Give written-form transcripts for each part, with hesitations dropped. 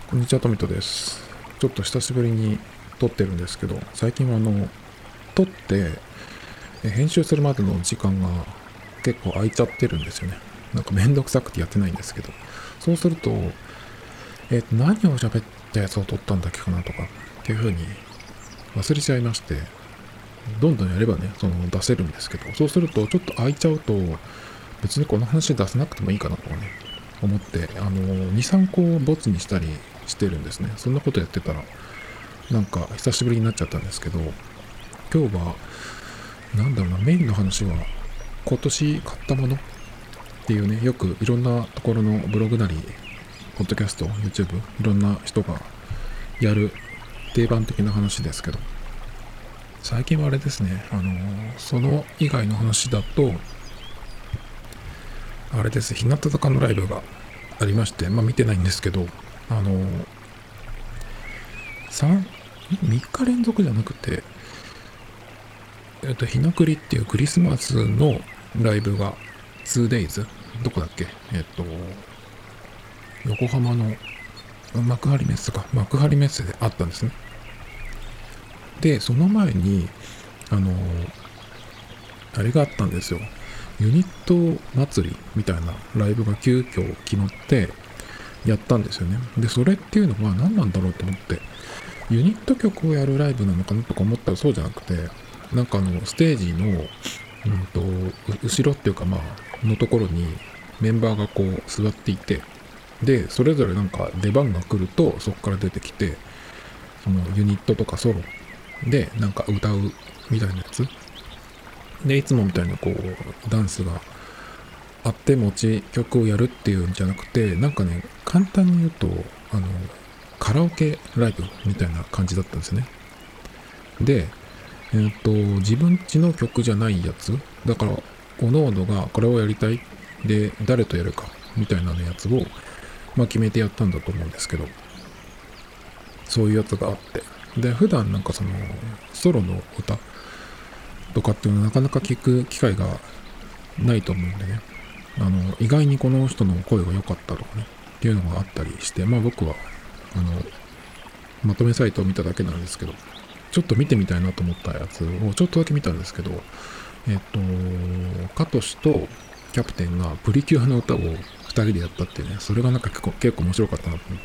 こんにちは、トミトです。ちょっと久しぶりに撮ってるんですけど、最近は撮って編集するまでの時間が結構空いちゃってるんですよね。なんかめんどくさくてやってないんですけど、そうすると、何を喋ったやつを撮ったんだっけかなとかっていう風に忘れちゃいまして、どんどんやればね、出せるんですけど、そうするとちょっと空いちゃうと、別にこの話出せなくてもいいかなとかね、思って、2、3個ボツにしたりしてるんですね。そんなことやってたら、なんか久しぶりになっちゃったんですけど、今日は、なんだろうな、メインの話は、今年買ったものっていうね、よくいろんなところのブログなり、ポッドキャスト、YouTube、いろんな人がやる定番的な話ですけど、最近はあれですね、その以外の話だと、あれです、日向坂のライブがありまして、まあ見てないんですけど、あの、3日連続じゃなくて、ひなくりっていうクリスマスのライブが 2days どこだっけ横浜の幕張メッセか。幕張メッセであったんですね。で、その前に、あの、あれがあったんですよ。ユニット祭りみたいなライブが急遽決まってやったんですよね。で、それっていうのは何なんだろうと思って、ユニット曲をやるライブなのかなとか思ったらそうじゃなくて、なんかステージの、後ろっていうかのところにメンバーがこう座っていて、で、それぞれなんか出番が来るとそこから出てきて、そのユニットとかソロでなんか歌うみたいなやつ。で、いつもみたいなこう、ダンスがあって持ち曲をやるっていうんじゃなくて、なんかね、簡単に言うと、カラオケライブみたいな感じだったんですね。で、自分家の曲じゃないやつ、だから、各々がこれをやりたい、で、誰とやるか、みたいなやつを、決めてやったんだと思うんですけど、そういうやつがあって。で、普段なんかソロの歌とかっていうのはなかなか聞く機会がないと思うんでね、意外にこの人の声が良かったとかね、っていうのがあったりして、僕は、まとめサイトを見ただけなんですけど、ちょっと見てみたいなと思ったやつをちょっとだけ見たんですけど、カトシとキャプテンがプリキュアの歌を2人でやったっていうね、それがなんか結構面白かったなと思って。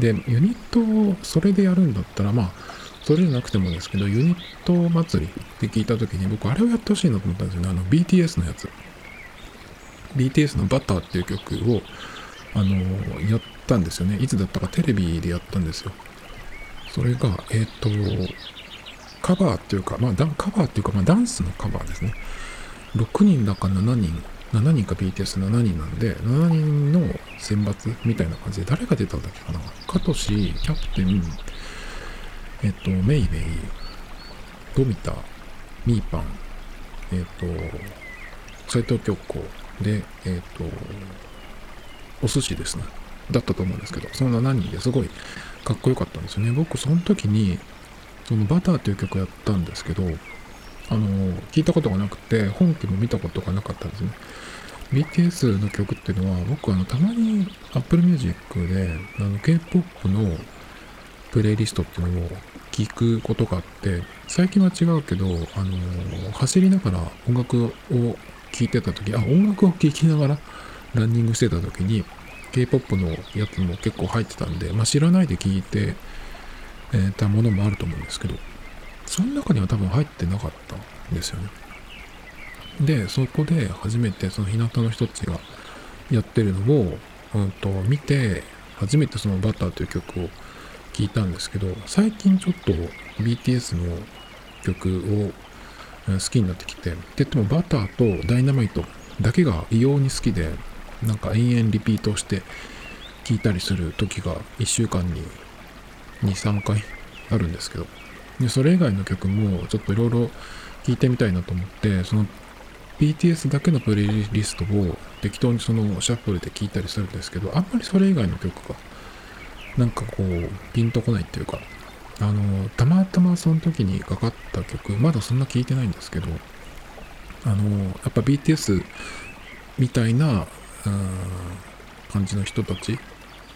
で、ユニットをそれでやるんだったら、それじゃなくてもですけど、ユニット祭りって聞いたときに僕あれをやってほしいなと思ったんですよね。BTS のやつ。BTS のバターっていう曲を、やったんですよね。いつだったかテレビでやったんですよ。それが、カバーっていうか、カバーっていうか、ダンスのカバーですね。6人だか7人か BTS7 人なんで、7人の選抜みたいな感じで、誰が出たんだっけかな。カトシ、キャプテン、メイメイ、富田、ミーパン、斉藤京子で、お寿司ですね。だったと思うんですけど、その7人ですごいかっこよかったんですよね。僕、その時に、そのバターという曲やったんですけど、聞いたことがなくて、本家も見たことがなかったんですね。BTS の曲っていうのは、僕たまに Apple Music で、K-POP のプレイリストっていうのを聞くことがあって、最近は違うけど、走りながら音楽を聴いてた時、音楽を聴きながらランニングしてた時に、K-POP のやつも結構入ってたんで、知らないで聞いて、たものもあると思うんですけど、その中には多分入ってなかったんですよね。で、そこで初めてその日向の人たちがやってるのを、見て、初めてそのバターという曲を聞いたんですけど、最近ちょっと BTS の曲を好きになってきて、で言ってもバターとダイナマイトだけが異様に好きで、なんか延々リピートして聞いたりする時が1週間に2、3回あるんですけど、でそれ以外の曲もちょっといろいろ聞いてみたいなと思って、その BTS だけのプレイリストを適当にそのシャッフルで聞いたりするんですけど、あんまりそれ以外の曲がなんかこうピンとこないっていうか、たまたまその時にかかった曲、まだそんな聞いてないんですけど、やっぱ BTS みたいな感じの人たち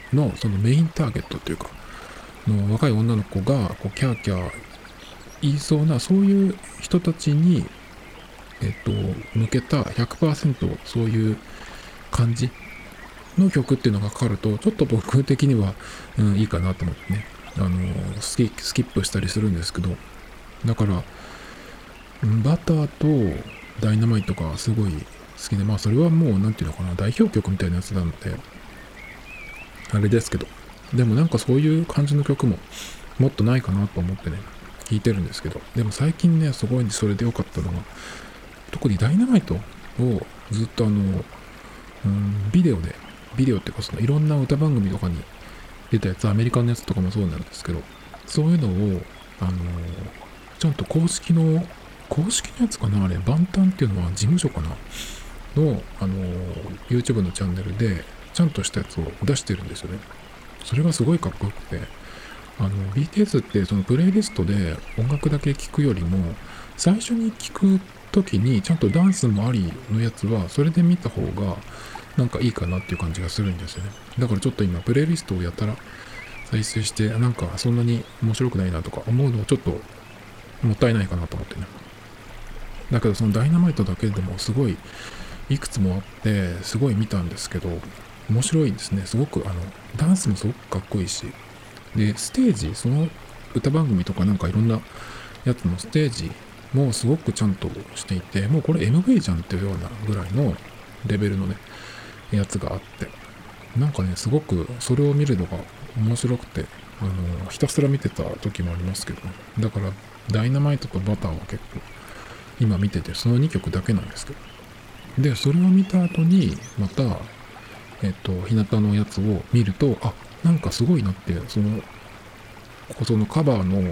のそのメインターゲットというか、の若い女の子がこうキャーキャー言いそうな、そういう人たちに、向けた100% そういう感じの曲っていうのがかかると、ちょっと僕的には、いいかなと思ってね、スキップしたりするんですけど、だから、バターとダイナマイトがすごい好きで、まあそれはもうなんていうのかな、代表曲みたいなやつなので、あれですけど、でもなんかそういう感じの曲ももっとないかなと思ってね、聴いてるんですけど、でも最近ね、すごいそれで良かったのが、特にダイナマイトをずっとビデオっていうかそのいろんな歌番組とかに出たやつ、アメリカのやつとかもそうなんですけど、そういうのを、ちゃんと公式のやつかな、あれ、バンタンっていうのは事務所かなの、YouTube のチャンネルで、ちゃんとしたやつを出してるんですよね。それがすごいかっこよくて、BTS ってそのプレイリストで音楽だけ聴くよりも、最初に聴く時にちゃんとダンスもありのやつは、それで見た方がなんかいいかなっていう感じがするんですよね。だからちょっと今、プレイリストをやたら再生して、なんかそんなに面白くないなとか思うのはちょっともったいないかなと思ってね。だけどそのダイナマイトだけでもすごいいくつもあってすごい見たんですけど、面白いですね。すごくダンスもすごくかっこいいし、でステージ、その歌番組とかなんかいろんなやつのステージもすごくちゃんとしていて、もうこれ MV じゃんっていうようなぐらいのレベルのねやつがあって、なんかねすごくそれを見るのが面白くて、ひたすら見てた時もありますけどね。だからダイナマイトとバターは結構今見てて、その2曲だけなんですけど、でそれを見た後にまた日向のやつを見ると、あ、なんかすごいなって、そのカバーの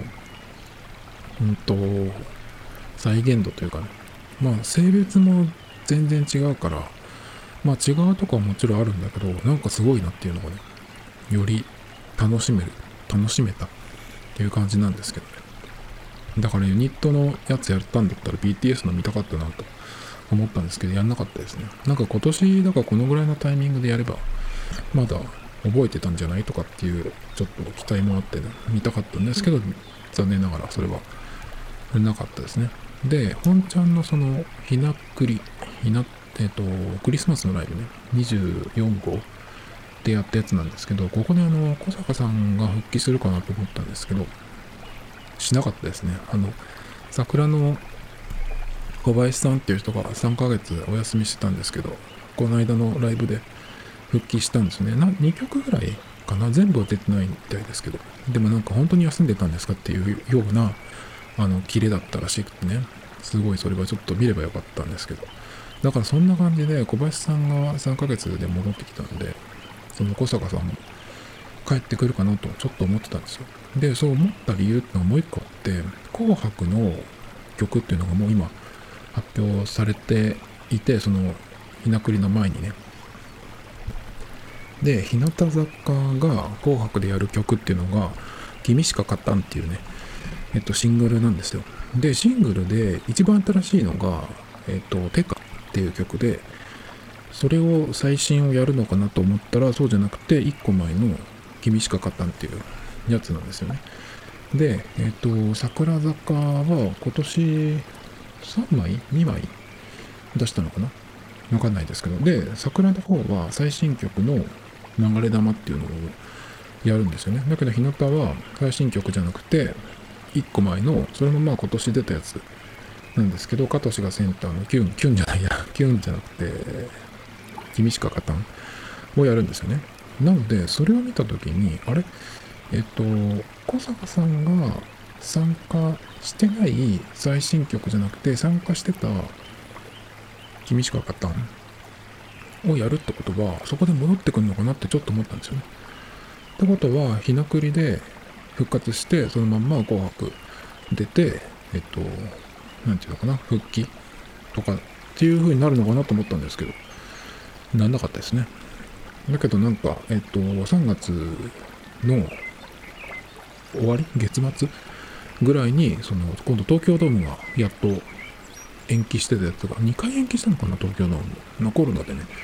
再現度というかね、まあ性別も全然違うから、まあ違うとこはもちろんあるんだけど、なんかすごいなっていうのがね、より楽しめたっていう感じなんですけどね。だからユニットのやつやったんだったら BTS の見たかったなと思ったんですけど、やんなかったですね。なんか今年、だからこのぐらいのタイミングでやれば、まだ覚えてたんじゃないとかっていう、ちょっと期待もあって、ね、見たかったんですけど、残念ながらそれはなかったですね。で、本ちゃんのその、クリスマスのライブね、24号でやったやつなんですけど、ここで小坂さんが復帰するかなと思ったんですけど、しなかったですね。桜の小林さんっていう人が3ヶ月お休みしてたんですけど、この間のライブで復帰したんですね。2曲ぐらいかな、全部は出てないみたいですけど、でもなんか本当に休んでたんですかっていうようなキレだったらしくてね、すごいそれはちょっと見ればよかったんですけど、だからそんな感じで小林さんが3ヶ月で戻ってきたんで、その小坂さんも帰ってくるかなとちょっと思ってたんですよ。で、そう思った理由ってのがもう一個あって、紅白の曲っていうのがもう今発表されていて、そのひなくりの前にね。で、日向坂が紅白でやる曲っていうのが、君しか勝たんっていうね、シングルなんですよ。で、シングルで一番新しいのが、テカっていう曲で、それを最新をやるのかなと思ったら、そうじゃなくて、1個前の君しか勝たんっていうやつなんですよね。で、桜坂は今年3枚 ?2 枚出したのかな、わかんないですけど。で、桜の方は最新曲の流れ玉っていうのをやるんですよね。だけど日向は最新曲じゃなくて、1個前の、それもまあ今年出たやつなんですけど、加藤氏がセンターのキュンじゃないや、キュンじゃなくて、君しか勝たんをやるんですよね。なので、それを見たときに、あれ小坂さんが参加してない最新曲じゃなくて、参加してた君しか勝たんをやるってことは、そこで戻ってくるのかなってちょっと思ったんですよね。ってことは、ひなくりで復活して、そのまんま紅白出て、なんていうのかな、復帰とかっていう風になるのかなと思ったんですけど、なんなかったですね。だけどなんか、3月の終わり月末ぐらいに、今度東京ドームがやっと延期してたやつが、2回延期したのかな、東京ドーム。コロナでね、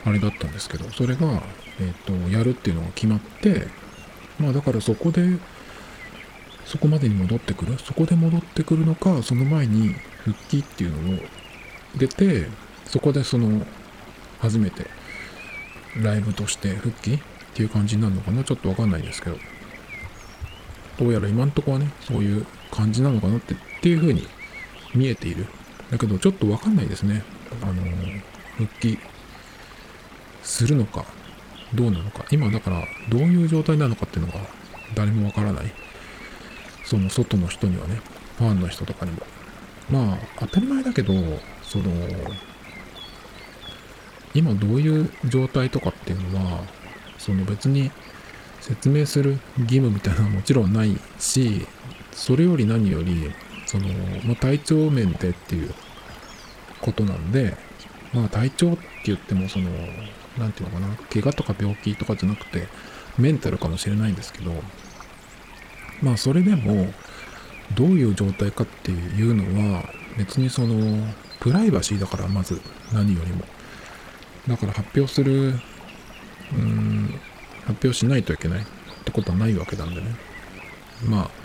あれだったんですけど、それが、やるっていうのが決まって、まあだからそこまでに戻ってくる、そこで戻ってくるのか、その前に復帰っていうのを出て、そこで初めてライブとして復帰っていう感じになるのかな、ちょっとわかんないですけど、どうやら今んとこはね、そういう感じなのかなっていう風に見えている。だけどちょっとわかんないですね。復帰するのか、どうなのか。今だからどういう状態なのかっていうのが誰もわからない。その外の人にはね、ファンの人とかにも。まあ、当たり前だけど、今どういう状態とかっていうのは、別に説明する義務みたいなのはもちろんないし、それより何より、体調面でっていうことなんで、まあ体調って言ってもなんていうのかな、怪我とか病気とかじゃなくて、メンタルかもしれないんですけど、まあそれでも、どういう状態かっていうのは、別にプライバシーだから、まず何よりも。だから発表する、発表しないといけないってことはないわけなんでね。まあ、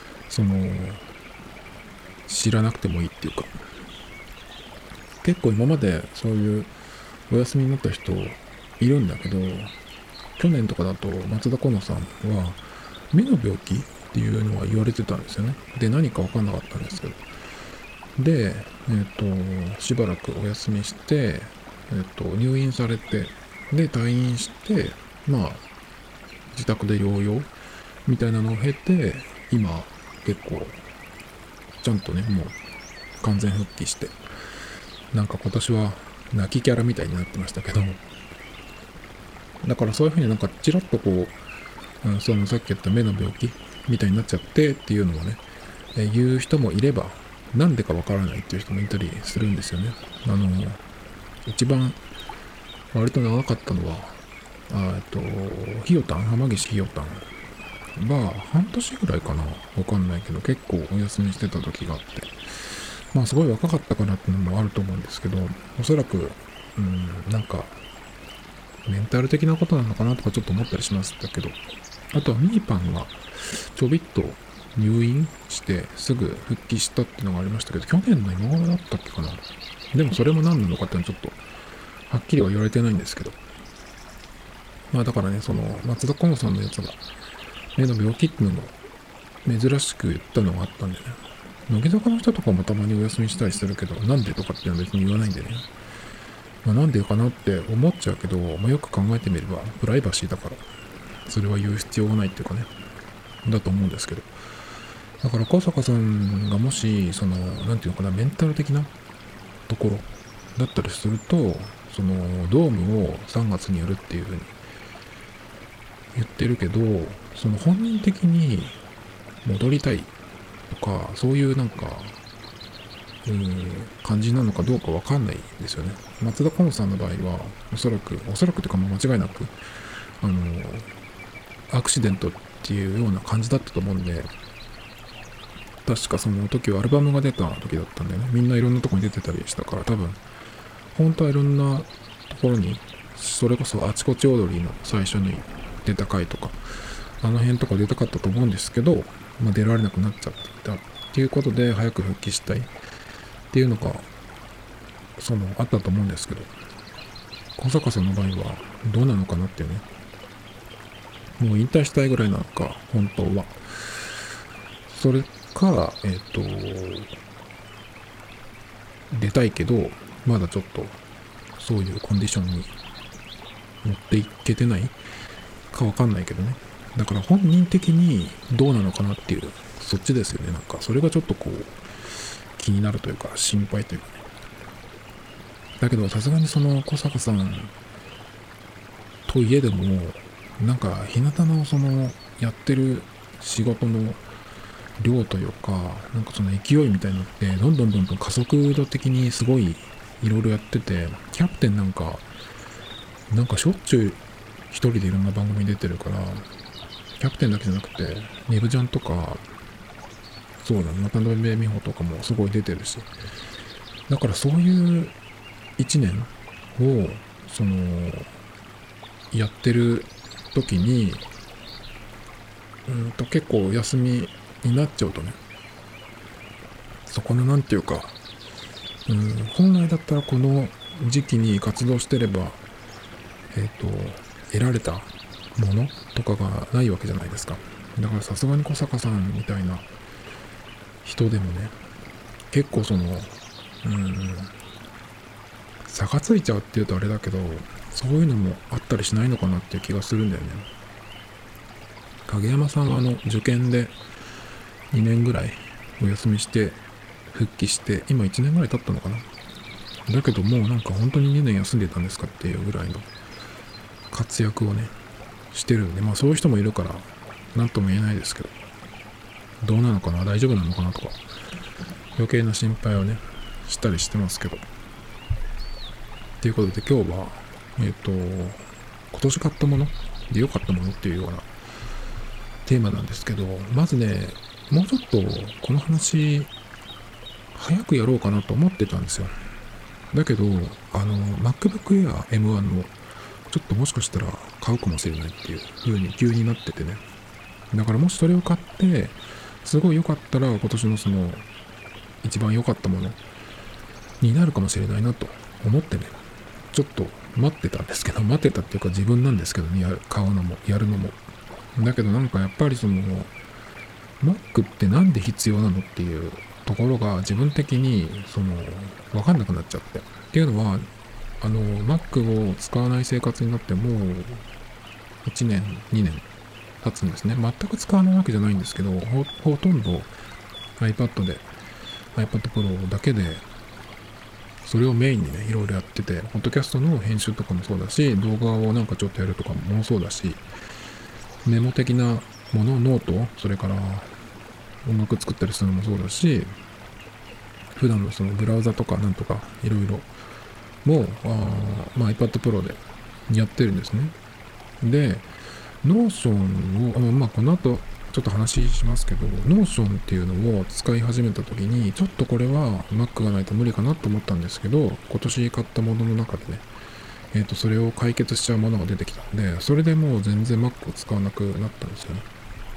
知らなくてもいいっていうか、結構今までそういうお休みになった人いるんだけど、去年とかだと松田好花さんは目の病気っていうのは言われてたんですよね。で、何か分かんなかったんですけど。で、しばらくお休みして、入院されて、で、退院して、まあ、自宅で療養みたいなのを経て、今、結構、ちゃんとね、もう、完全復帰して、なんか今年は泣きキャラみたいになってましたけど、だからそういうふうになんかちらっとさっき言った目の病気みたいになっちゃってっていうのをね、言う人もいれば、なんでかわからないっていう人もいたりするんですよね。一番割と長かったのは、ひよたん、浜岸ひよたんは半年ぐらいかな、わかんないけど、結構お休みしてた時があって、まあすごい若かったかなっていうのもあると思うんですけど、おそらく、なんか、メンタル的なことなのかなとかちょっと思ったりしましたけど、あとはミーパンがちょびっと入院してすぐ復帰したっていうのがありましたけど、去年の今頃だったっけかな。でもそれも何なのかっていうのはちょっとはっきりは言われてないんですけど、まあだからね、松田好花さんのやつが目の病気っていうのも珍しく言ったのがあったんでね、乃木坂の人とかもたまにお休みしたりするけど、なんでとかっていうのは別に言わないんでね、まあ、なんでかなって思っちゃうけど、まあ、よく考えてみればプライバシーだからそれは言う必要がないっていうかね、だと思うんですけど、だから小坂さんがもしなんていうのかな、メンタル的なところだったりすると、ドームを3月にやるっていうふうに言ってるけど、本人的に戻りたいとかそういうなんか感じなのかどうかわかんないですよね。松田好花さんの場合はおそらくというか間違いなくアクシデントっていうような感じだったと思うんで、確かその時はアルバムが出た時だったんだよね。みんないろんなとこに出てたりしたから、多分本当はいろんなところに、それこそあちこちオードリーの最初に出た回とかあの辺とか出たかったと思うんですけど、まあ、出られなくなっちゃったっていうことで早く復帰したいっていうのがあったと思うんですけど、小坂さんの場合はどうなのかなっていうね、もう引退したいぐらいなのか本当は、それか出たいけどまだちょっとそういうコンディションに持っていけてないかわかんないけどね、だから本人的にどうなのかなっていう、そっちですよね。なんかそれがちょっと気になるというか心配というかね。だけどさすがに小坂さんといえども、なんか日向のやってる仕事の量というか、なんか勢いみたいになってどんどん加速度的にすごいいろいろやってて、キャプテンなんかしょっちゅう一人でいろんな番組に出てるから、キャプテンだけじゃなくてネブジャンとか、そうだね、渡辺美穂とかもすごい出てるし、だからそういう一年をそのやってる時に結構お休みになっちゃうとね、そこのなんていうか、本来だったらこの時期に活動してれば得られたものとかがないわけじゃないですか。だからさすがに小坂さんみたいな人でもね、結構差がついちゃうっていうとあれだけど、そういうのもあったりしないのかなっていう気がするんだよね。影山さんは受験で2年ぐらいお休みして復帰して、今1年ぐらい経ったのかな。だけどもうなんか本当に2年休んでたんですかっていうぐらいの活躍をねしてるんで、まあそういう人もいるから何とも言えないですけど、どうなのかな、大丈夫なのかなとか余計な心配をねしたりしてますけど。ということで今日は今年買ったもので良かったものっていうようなテーマなんですけど、まずね、もうちょっとこの話早くやろうかなと思ってたんですよ。だけどMacBook Air M1 のちょっともしかしたら買うかもしれないっていう風に急になっててね。だからもしそれを買ってすごい良かったら、今年の一番良かったものになるかもしれないなと思ってね、ちょっと待ってたんですけど、待ってたっていうか自分なんですけどね、買うのもやるのも。だけどなんかやっぱりMac ってなんで必要なのっていうところが自分的に分かんなくなっちゃって。っていうのはMac を使わない生活になってもう1年2年経つんですね。全く使わないわけじゃないんですけど、ほとんど iPad で iPad Pro だけでそれをメインにねいろいろやってて、ポッドキャストの編集とかもそうだし、動画をなんかちょっとやるとかもそうだし、メモ的なもの、ノート、それから音楽作ったりするのもそうだし、普段のブラウザとかなんとかいろいろもiPad Pro でやってるんですね。で、Notion を、この後ちょっと話しますけど、Notion っていうのを使い始めた時に、ちょっとこれは Mac がないと無理かなと思ったんですけど、今年買ったものの中でね、それを解決しちゃうものが出てきたんで、それでもう全然 Mac を使わなくなったんですよね。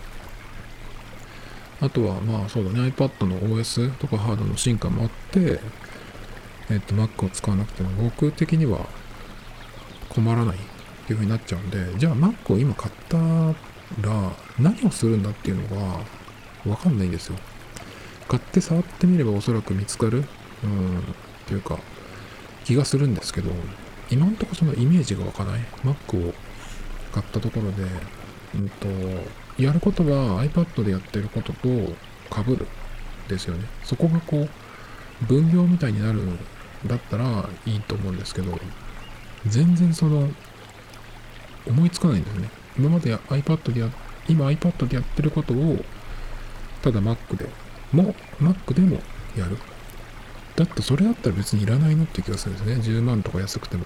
あとはそうだね、iPad の OS とかハードの進化もあって、Mac を使わなくても僕的には困らないっていう風になっちゃうんで、じゃあ Mac を今買ったら何をするんだっていうのがわかんないんですよ。買って触ってみればおそらく見つかるっていうか気がするんですけど、今んとこそのイメージがわかない。Mac を買ったところで、やることは iPad でやってることと被るですよね。そこが分業みたいになるんだったらいいと思うんですけど、全然思いつかないんですね。今 iPad でやってることをただ Mac でもやる。だってそれだったら別にいらないのって気がするんですね。10万とか安くても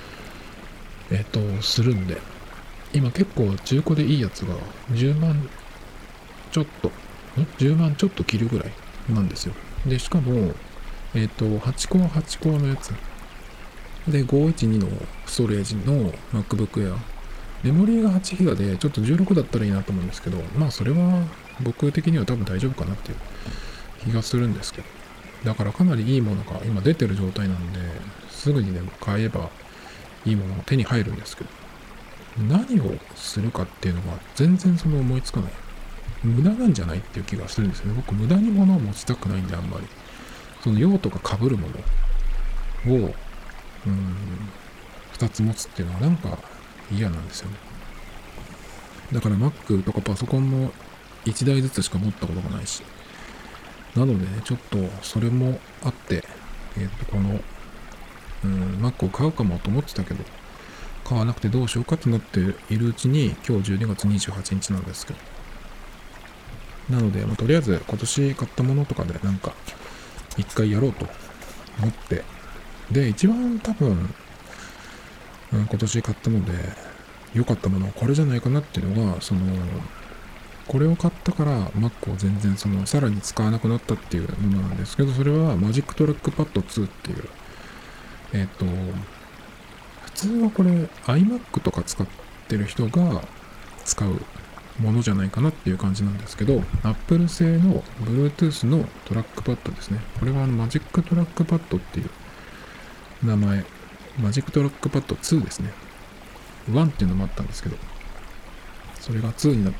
するんで、今結構中古でいいやつが10万ちょっと10万ちょっと切るぐらいなんですよ。でしかも8コア8コアのやつで512のストレージの MacBook Air、 メモリーが 8GB でちょっと16だったらいいなと思うんですけど、それは僕的には多分大丈夫かなっていう気がするんですけど、だからかなりいいものが今出てる状態なんで、すぐにでも買えばいいものが手に入るんですけど、何をするかっていうのが全然思いつかない。無駄なんじゃないっていう気がするんですよね。僕無駄に物を持ちたくないんで、あんまり用途が被るものを2つ持つっていうのはなんか嫌なんですよね。だから Mac とかパソコンも1台ずつしか持ったことがないし、なのでね、ちょっとそれもあって、このMac を買うかもと思ってたけど、買わなくてどうしようかとなっているうちに、今日12月28日なんですけど、なので、とりあえず今年買ったものとかでなんか一回やろうと思って、で一番多分、今年買ったので良かったものはこれじゃないかなっていうのが、これを買ったから Mac を全然さらに使わなくなったっていうものなんですけど、それはマジックトラックパッド2っていう普通はこれ iMac とか使ってる人が使うものじゃないかなっていう感じなんですけど、Apple 製の Bluetooth のトラックパッドですね。これはマジックトラックパッドっていう名前、マジックトラックパッド2ですね。1っていうのもあったんですけど、それが2になって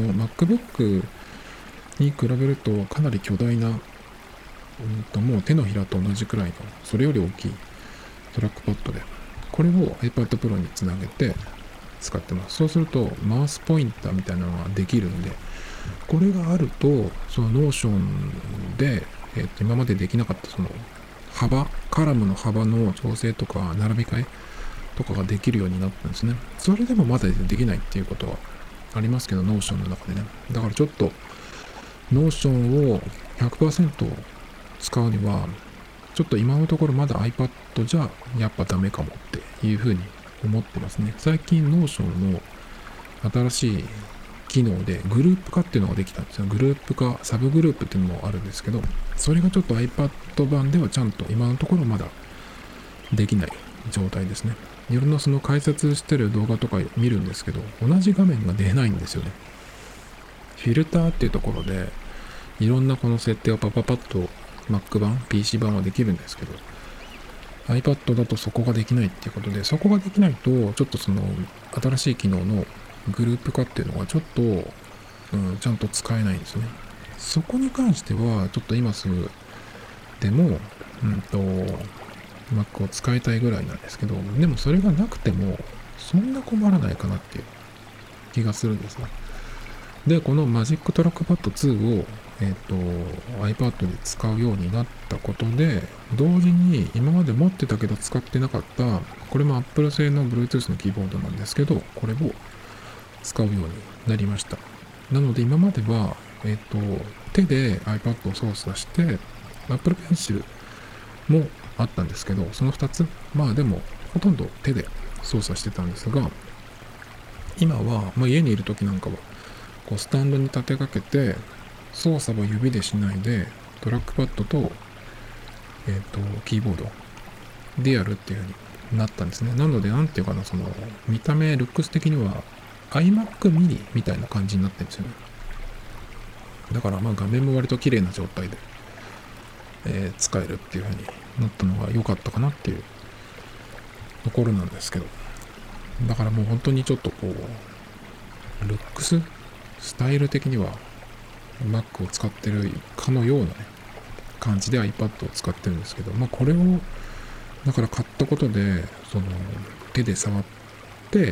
、MacBook に比べるとかなり巨大な、もう手のひらと同じくらいの、それより大きいトラックパッドで、これを iPad Pro につなげて使ってます。そうすると、マウスポインターみたいなのができるんで、これがあると、その Notion で、今までできなかったそのカラムの幅の調整とか、並び替えとかができるようになったんですね。それでもまだできないっていうことはありますけど、Notion の中でね。だからちょっと、Notion を 100% 使うには、ちょっと今のところまだ iPad じゃやっぱダメかもっていうふうに思ってますね。最近 Notion の新しい機能でグループ化っていうのができたんですよ。グループ化、サブグループっていうのもあるんですけど、それがちょっと iPad 版ではちゃんと今のところまだできない状態ですね。いろんなその解説してる動画とか見るんですけど、同じ画面が出ないんですよね。フィルターっていうところで、いろんなこの設定をパパパッと Mac 版、PC 版はできるんですけど、iPad だとそこができないっていうことで、そこができないと、ちょっとその新しい機能のグループ化っていうのがちょっと、ちゃんと使えないんですね。そこに関しては、ちょっと今すぐでも、Mac を使いたいぐらいなんですけど、でもそれがなくても、そんな困らないかなっていう気がするんですね。で、このマジックトラックパッド2を、iPad で使うようになったことで、同時に今まで持ってたけど使ってなかった、これも Apple 製の Bluetooth のキーボードなんですけど、これを使うようになりました。なので今までは、手で iPad を操作して、Apple Pencil もあったんですけど、その2つ、でもほとんど手で操作してたんですが、今は、家にいる時なんかは、こうスタンドに立てかけて、操作は指でしないで、トラックパッドと、キーボードでやるっていう風になったんですね。なので、なんていうかな、その、見た目、ルックス的には、iMac mini みたいな感じになってるんですよね。だから、画面も割と綺麗な状態で、使えるっていう風になったのが良かったかなっていうところなんですけど。だからもう本当にちょっとこう、ルックススタイル的には Mac を使ってるかのようなね、感じで iPad を使ってるんですけど、これを、だから買ったことで、その、手で触って、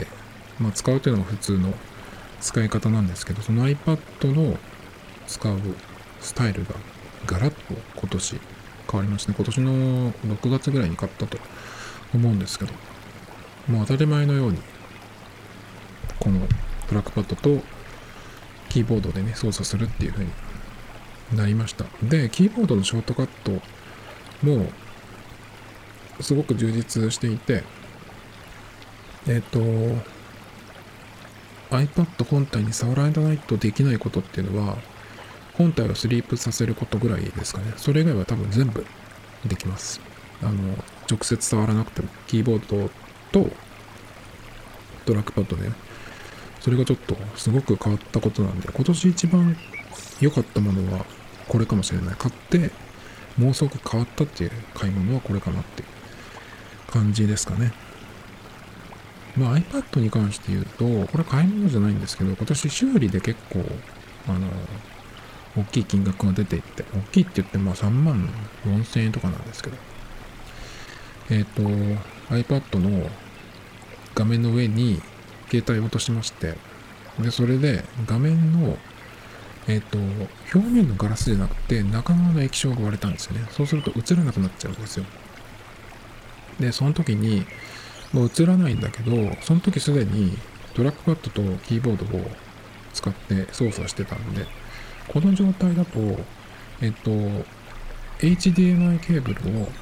使うというのが普通の使い方なんですけど、その iPad の使うスタイルがガラッと今年変わりましたね。今年の6月ぐらいに買ったと思うんですけど、もう当たり前のように、このトラックパッドとキーボードでね、操作するっていう風になりました。で、キーボードのショートカットもすごく充実していて、iPad 本体に触らないとできないことっていうのは、本体をスリープさせることぐらいですかね。それ以外は多分全部できます。直接触らなくても、キーボードとトラックパッドでね、それがちょっとすごく変わったことなんで、今年一番良かったものはこれかもしれない。買って、もうすごく変わったっていう買い物はこれかなっていう感じですかね。iPad に関して言うと、これ買い物じゃないんですけど、今年修理で結構、大きい金額が出ていって、大きいって言って3万4千円とかなんですけど、iPad の画面の上に携帯を落としまして、で、それで画面の、表面のガラスじゃなくて中側の液晶が割れたんですよね。そうすると映らなくなっちゃうんですよ。で、その時に、もう映らないんだけど、その時すでにトラックパッドとキーボードを使って操作してたんで、この状態だと、HDMI ケーブルを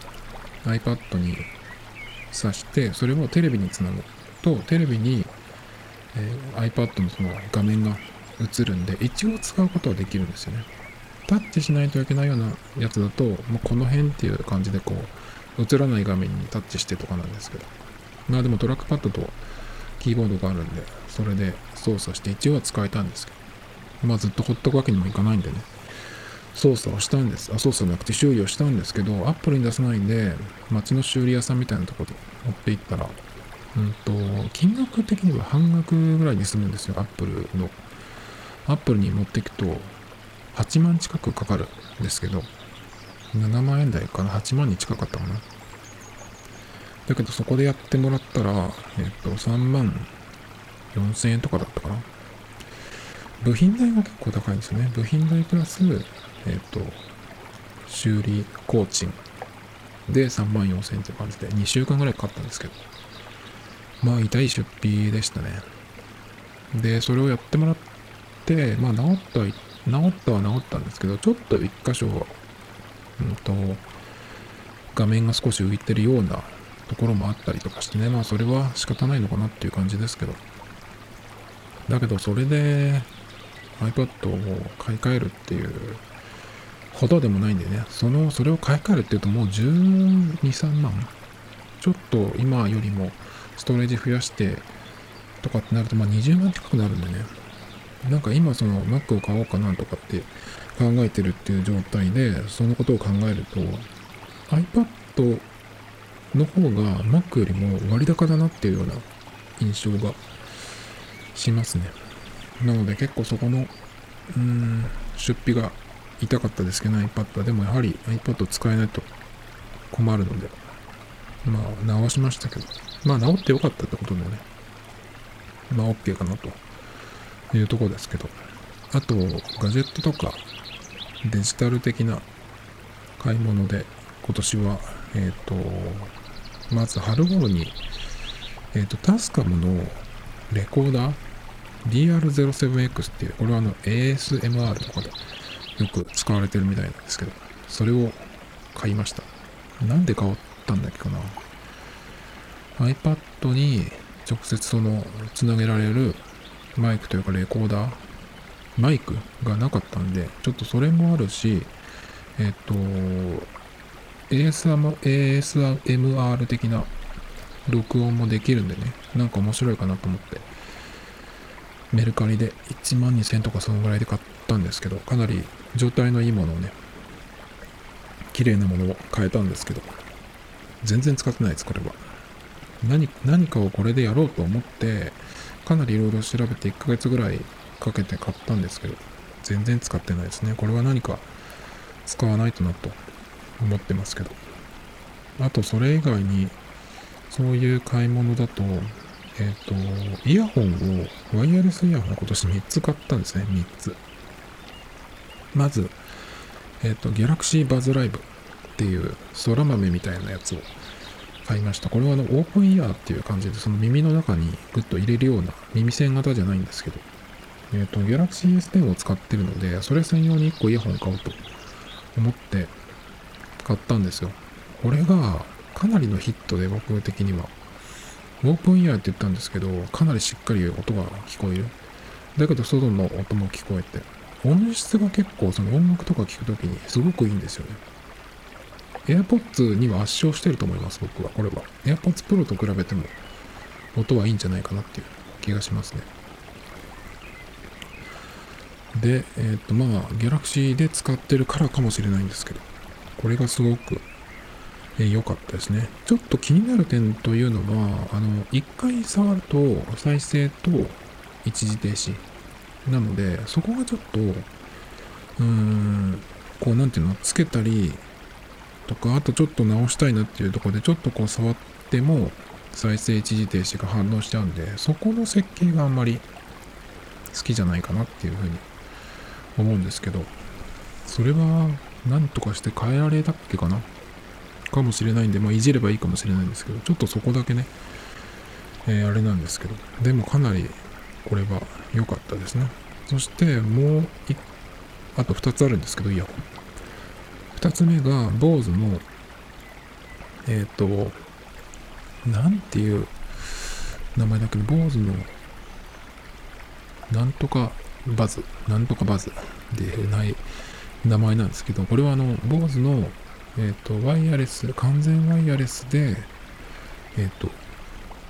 iPad に挿して、それをテレビにつなぐと、テレビに、iPad のその画面が映るんで、一応使うことはできるんですよね。タッチしないといけないようなやつだと、この辺っていう感じでこう、映らない画面にタッチしてとかなんですけど、 まあでもトラックパッドとキーボードがあるんで、それで操作して一応は使えたんですけど、まあずっとほっとくわけにもいかないんでね、操作をしたんです。操作じゃなくて修理をしたんですけど、アップルに出さないんで、街の修理屋さんみたいなところで持って行ったら、金額的には半額ぐらいに済むんですよ、アップルの。アップルに持っていくと、8万近くかかるんですけど、7万円台かな、8万に近かったかな。だけどそこでやってもらったら、3万4千円とかだったかな。部品代が結構高いんですよね。部品代プラス、修理工賃で3万4千円って感じで、2週間ぐらいかかったんですけど、まあ痛い出費でしたね。で、それをやってもらって、まあ治ったんですけど、ちょっと一箇所、画面が少し浮いてるようなところもあったりとかしてね、まあそれは仕方ないのかなっていう感じですけど。だけどそれで iPad を買い替えるっていうほどでもないんでね、それを買い替えるっていうともう12、3万ちょっと今よりもストレージ増やしてとかってなると、まあ20万近くなるんでね、なんか今その Mac を買おうかなとかって考えてるっていう状態で、そのことを考えると iPad の方が Mac よりも割高だなっていうような印象がしますね。なので結構そこの出費が痛かったですけど、iPad はでもやはり iPad 使えないと困るので、まあ直しましたけど、まあ直ってよかったってことでね、まあ OK かなというところですけど、あとガジェットとかデジタル的な買い物で今年はまず春頃にタスカムのレコーダー DR07X っていう、これはASMR とかでよく使われてるみたいなんですけど、それを買いました。なんで買ったんだっけかな。iPad に直接つなげられるマイクというかレコーダー、マイクがなかったんで、ちょっとそれもあるし、ASMR 的な録音もできるんでね、なんか面白いかなと思って、メルカリで1万2000とかそのぐらいで買ったんですけど、かなり状態のいいものをね、綺麗なものを買えたんですけど、全然使ってないです、これは。何かをこれでやろうと思って、かなりいろいろ調べて1ヶ月ぐらいかけて買ったんですけど、全然使ってないですね。これは何か使わないとなと思ってますけど。あと、それ以外に、そういう買い物だと、イヤホンを、ワイヤレスイヤホンを今年3つ買ったんですね、3つ。まず、ギャラクシーバズライブっていう空豆みたいなやつを買いました。これはオープンイヤーっていう感じで、その耳の中にグッと入れるような耳栓型じゃないんですけど、ギャラクシー S10 を使ってるので、それ専用に1個イヤホン買おうと思って買ったんですよ。これがかなりのヒットで、僕的には。オープンイヤーって言ったんですけど、かなりしっかり音が聞こえる。だけど外の音も聞こえて、音質が結構その音楽とか聞くときにすごくいいんですよね。AirPods には圧勝してると思います、僕は。これは。AirPods Pro と比べても音はいいんじゃないかなっていう気がしますね。で、まあ、Galaxy で使ってるからかもしれないんですけど、これがすごく良かったですね。ちょっと気になる点というのは、一回触ると再生と一時停止なので、そこがちょっと、こうなんていうの、つけたりとか、あとちょっと直したいなっていうところで、ちょっとこう触っても再生一時停止が反応しちゃうんで、そこの設計があんまり好きじゃないかなっていうふうに思うんですけど、それは何とかして変えられたっけかなかもしれないんで、まあいじればいいかもしれないんですけど、ちょっとそこだけね、あれなんですけど、でもかなりこれは良かったですね。そしてあと2つあるんですけど、イヤホン。2つ目が、BOSE の、なんていう名前だっけど、BOSE の、なんとかバズでない名前なんですけど、これはBOSE の、ワイヤレス、完全ワイヤレスで、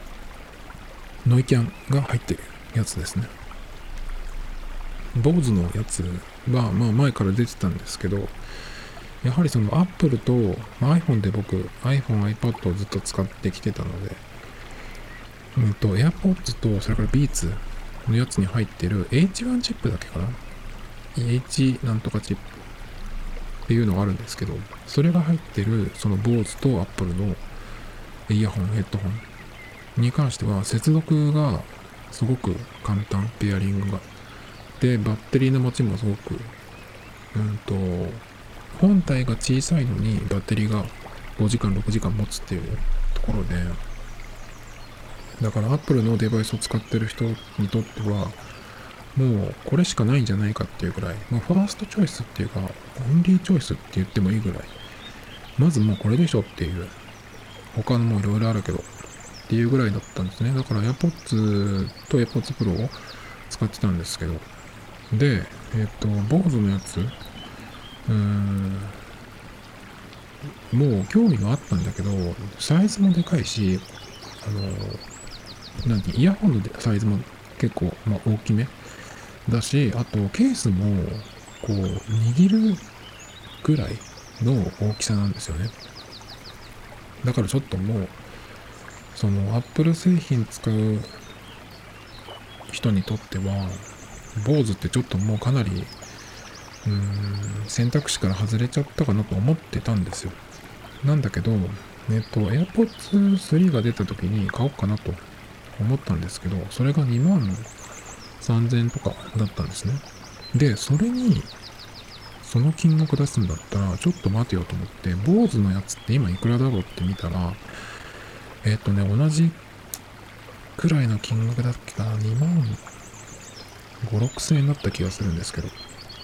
ノイキャンが入ってるやつですね。坊主のやつは、まあ前から出てたんですけど、やはりその Apple と、iPhone で僕、iPhone、iPad をずっと使ってきてたので、AirPods と、それから Beats のやつに入ってる H1 チップだけかな ?H なんとかチップっていうのがあるんですけど、それが入ってる、その Bose と Apple のイヤホン、ヘッドホンに関しては、接続がすごく簡単、ペアリングが。で、バッテリーの持ちもすごく、本体が小さいのにバッテリーが5時間、6時間持つっていうところで、だから Apple のデバイスを使ってる人にとっては、もうこれしかないんじゃないかっていうぐらい、ファーストチョイスっていうか、オンリーチョイスって言ってもいいぐらい、まずもうこれでしょっていう、他のもいろいろあるけど、っていうぐらいだったんですね。だから AirPods と AirPods Pro を使ってたんですけど、で、Bose のやつ、もう興味があったんだけど、サイズもでかいし、イヤホンのサイズも結構、大きめだし、あとケースも、こう、握るぐらいの大きさなんですよね。だからちょっともう、その Apple 製品使う人にとっては、Bose ってちょっともうかなり、選択肢から外れちゃったかなと思ってたんですよ。なんだけど、AirPods 3が出た時に買おうかなと思ったんですけど、それが2万3000円とかだったんですね。で、それに、その金額出すんだったら、ちょっと待てよと思って、Bose のやつって今いくらだろうって見たら、同じくらいの金額だっけかな、2万5、6000円だった気がするんですけど。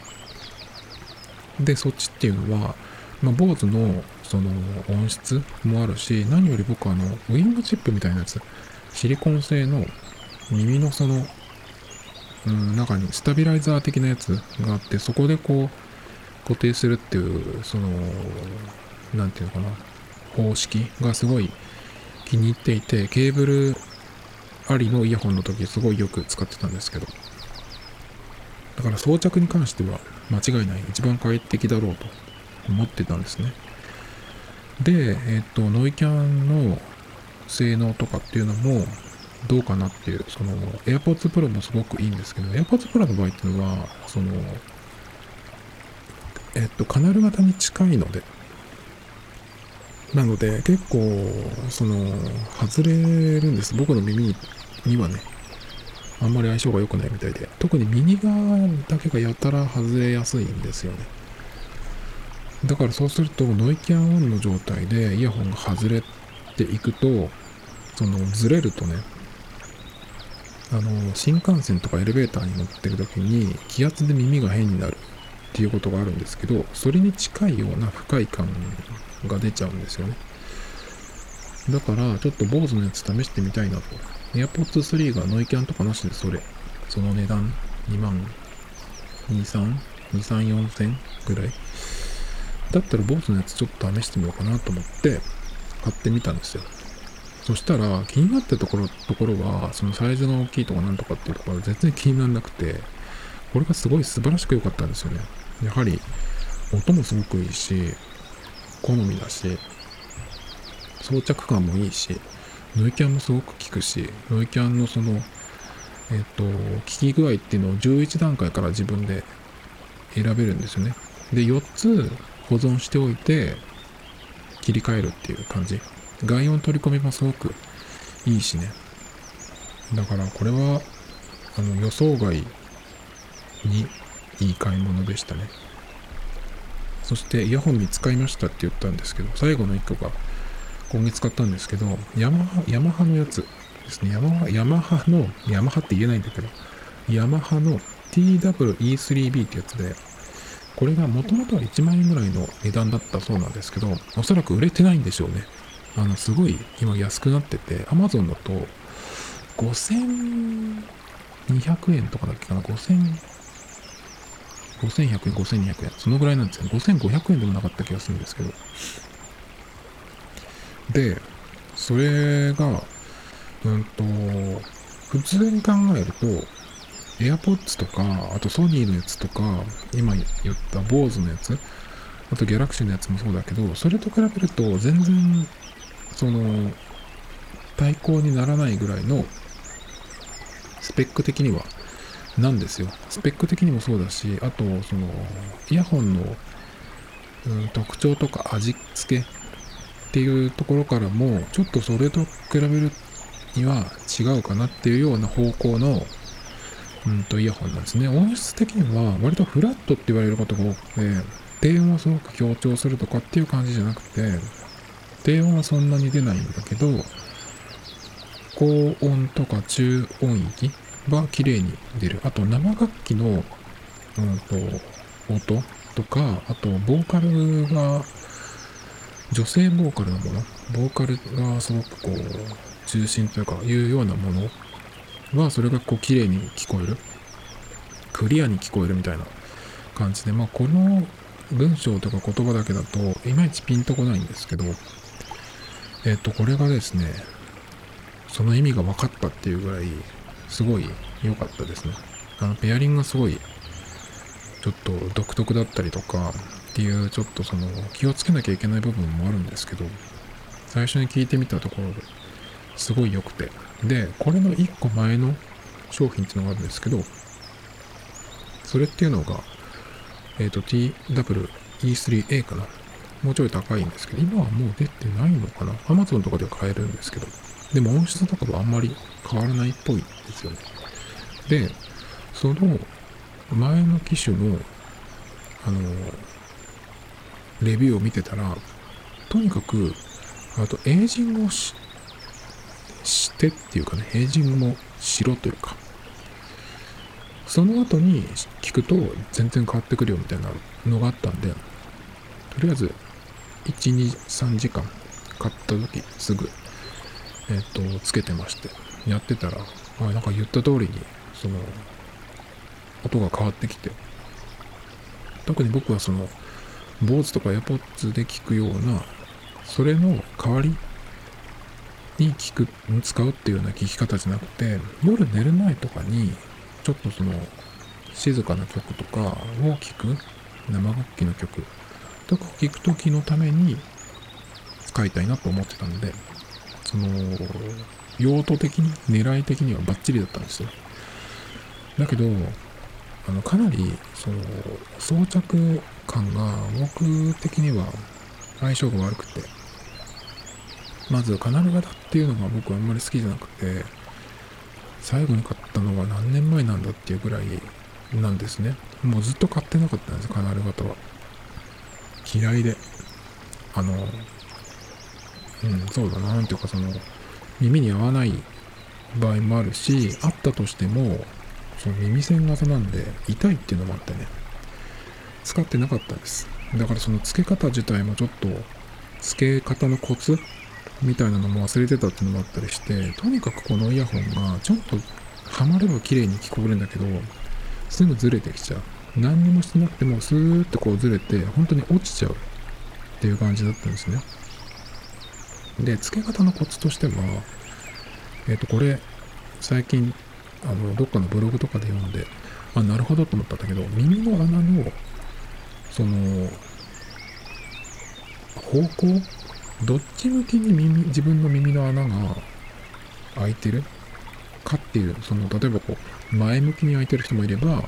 で、そっちっていうのは、Bose のその音質もあるし、何より僕ウィングチップみたいなやつ、シリコン製の耳のその、中にスタビライザー的なやつがあって、そこでこう固定するっていう、その、なんていうのかな、方式がすごい気に入っていて、ケーブルありのイヤホンの時すごいよく使ってたんですけど、だから装着に関しては間違いない、一番快適だろうと思ってたんですね。で、ノイキャンの性能とかっていうのもどうかなっていう、その AirPods Pro もすごくいいんですけど、AirPods Pro の場合っていうのは、その、カナル型に近いので、なので結構、その、外れるんです。僕の耳にはね、あんまり相性が良くないみたいで、特に右側だけがやたら外れやすいんですよね。だからそうすると、ノイキャンオンの状態でイヤホンが外れていくと、そのずれるとね、新幹線とかエレベーターに乗ってる時に気圧で耳が変になるっていうことがあるんですけど、それに近いような不快感が出ちゃうんですよね。だからちょっと Bose のやつ試してみたいなと。AirPods 3がノイキャンとかなしでその値段2万2、3、2、3、4千ぐらいだったら Bose のやつちょっと試してみようかなと思って買ってみたんですよ。そしたら気になったところは、そのサイズが大きいとかなんとかっていうところは全然気にならなくて、これがすごい素晴らしく良かったんですよね。やはり音もすごくいいし、好みだし、装着感もいいし、ノイキャンもすごく効くし、ノイキャンのその、効き具合っていうのを11段階から自分で選べるんですよね。で、4つ保存しておいて、切り替えるっていう感じ。外音取り込みもすごくいいしね。だからこれは、予想外にいい買い物でしたね。そしてイヤホンに使いましたって言ったんですけど、最後の1個が今月買ったんですけど、ヤマハのやつですね。ヤマハって言えないんだけど、ヤマハの TWE3B ってやつで、これが元々は1万円ぐらいの値段だったそうなんですけど、おそらく売れてないんでしょうね。すごい今安くなってて、Amazon だと5200円とかだっけかな、5100円、5200円。そのぐらいなんですよ。5500円でもなかった気がするんですけど。で、それが、 普通に考えると、AirPods とか、あとソニーのやつとか、今言った Bose のやつ、あと Galaxy のやつもそうだけど、それと比べると全然、対抗にならないぐらいのスペック的にはなんですよ。スペック的にもそうだし、あと、イヤホンの、特徴とか味付けっていうところからも、ちょっとそれと比べるには違うかなっていうような方向の、イヤホンなんですね。音質的には割とフラットって言われることが多くて、低音をすごく強調するとかっていう感じじゃなくて、低音はそんなに出ないんだけど、高音とか中音域は綺麗に出る。あと生楽器の、音とか、あとボーカルが、女性ボーカルのもの、ボーカルがすごく中心というか、いうようなものは、それが綺麗に聞こえる。クリアに聞こえるみたいな感じで、この文章とか言葉だけだと、いまいちピンとこないんですけど、これがですね、その意味が分かったっていうぐらい、すごい良かったですね。ペアリングがすごい、ちょっと独特だったりとかっていう、ちょっと気をつけなきゃいけない部分もあるんですけど、最初に聞いてみたところですごい良くて。で、これの1個前の商品っていうのがあるんですけど、それっていうのが、TWE3A かな。もうちょい高いんですけど、今はもう出てないのかな。Amazon とかでは買えるんですけど、でも音質とかはあんまり変わらないっぽいですよね。で、その前の機種の、レビューを見てたら、とにかく、あと、エイジングをしてっていうかね、エイジングもしろというか、その後に聞くと全然変わってくるよみたいなのがあったんで、とりあえず、1、2、3時間買った時すぐ、つけてまして、やってたら、なんか言った通りに、音が変わってきて、特に僕はBose とか AirPods で聞くような、それの代わりに使うっていうような聞き方じゃなくて、夜寝る前とかに、ちょっと静かな曲とかを聞く、生楽器の曲とかを聞くときのために使いたいなと思ってたんで、用途的に、狙い的にはバッチリだったんですよ。だけど、かなり、装着感が僕的には相性が悪くて、まずカナル型っていうのが僕はあんまり好きじゃなくて、最後に買ったのは何年前なんだっていうぐらいなんですね。もうずっと買ってなかったんです、カナル型は。嫌いで。そうだな、なんていうか耳に合わない場合もあるし、あったとしても、耳栓型なんで痛いっていうのもあってね、使ってなかったです。だから付け方自体もちょっと、付け方のコツみたいなのも忘れてたっていうのもあったりして、とにかくこのイヤホンがちょっとはまれば綺麗に聞こえるんだけど、すぐずれてきちゃう。何にもしてなくてもスーッとずれて、本当に落ちちゃうっていう感じだったんですね。で、付け方のコツとしては、これ、最近、どっかのブログとかで読んで、なるほどと思ったんだけど、耳の穴の、方向どっち向きに自分の耳の穴が開いてるかっていう、例えば前向きに開いてる人もいれば、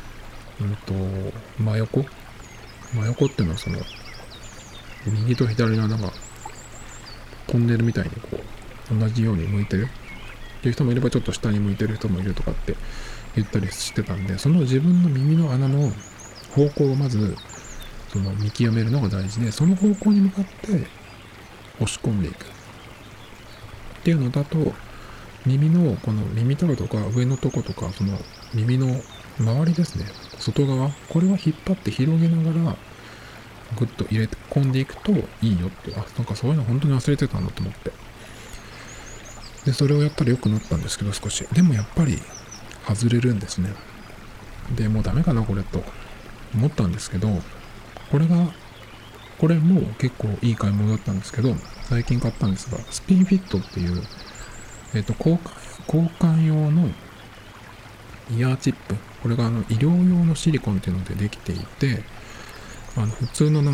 真横っていうのは右と左の穴がトンネルみたいに同じように向いてるっていう人もいれば、ちょっと下に向いてる人もいるとかって言ったりしてたんで、その自分の耳の穴の方向をまず見極めるのが大事で、その方向に向かって押し込んでいくっていうのだと、耳のこの耳たぶとか上のとことか、耳の周りですね、外側、これは引っ張って広げながらグッと入れ込んでいくといいよって、なんかそういうの本当に忘れてたんだと思って、でそれをやったら良くなったんですけど、少しでもやっぱり外れるんですね。でもうダメかなこれと思ったんですけど、これも結構いい買い物だったんですけど、最近買ったんですが、スピンフィットっていう、交換交換用のイヤーチップ、これが医療用のシリコンっていうのでできていて、普通の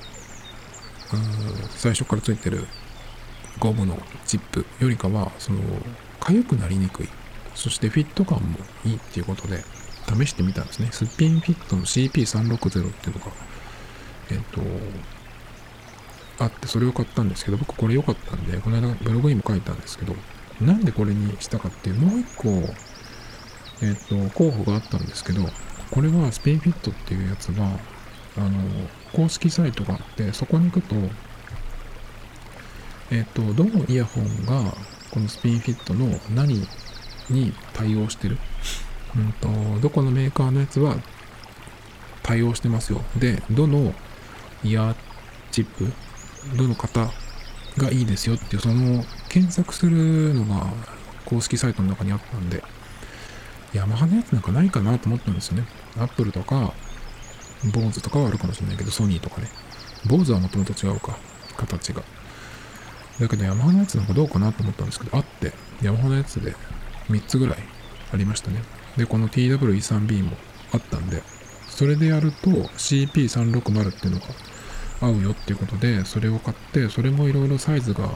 最初からついてるゴムのチップよりかは痒くなりにくい、そしてフィット感もいいっていうことで試してみたんですね。スピンフィットの CP360 っていうのがあって、それを買ったんですけど、僕これ良かったんで、この間ブログにも書いたんですけど、なんでこれにしたかっていう、もう一個候補があったんですけど、これはスピンフィットっていうやつは公式サイトがあって、そこに行くとどのイヤホンがこのスピンフィットの何に対応してる、どこのメーカーのやつは対応してますよ。で、どのイヤーチップ、どの型がいいですよっていう、検索するのが公式サイトの中にあったんで、ヤマハのやつなんかないかなと思ったんですよね。アップルとか、坊主とかはあるかもしれないけど、ソニーとかね。坊主はもともと違うか、形が。だけどヤマハのやつなんかどうかなと思ったんですけど、あって、ヤマハのやつで3つぐらいありましたね。で、この TWE3B もあったんで、それでやると CP360 っていうのが合うよっていうことで、それを買って、それもいろいろサイズが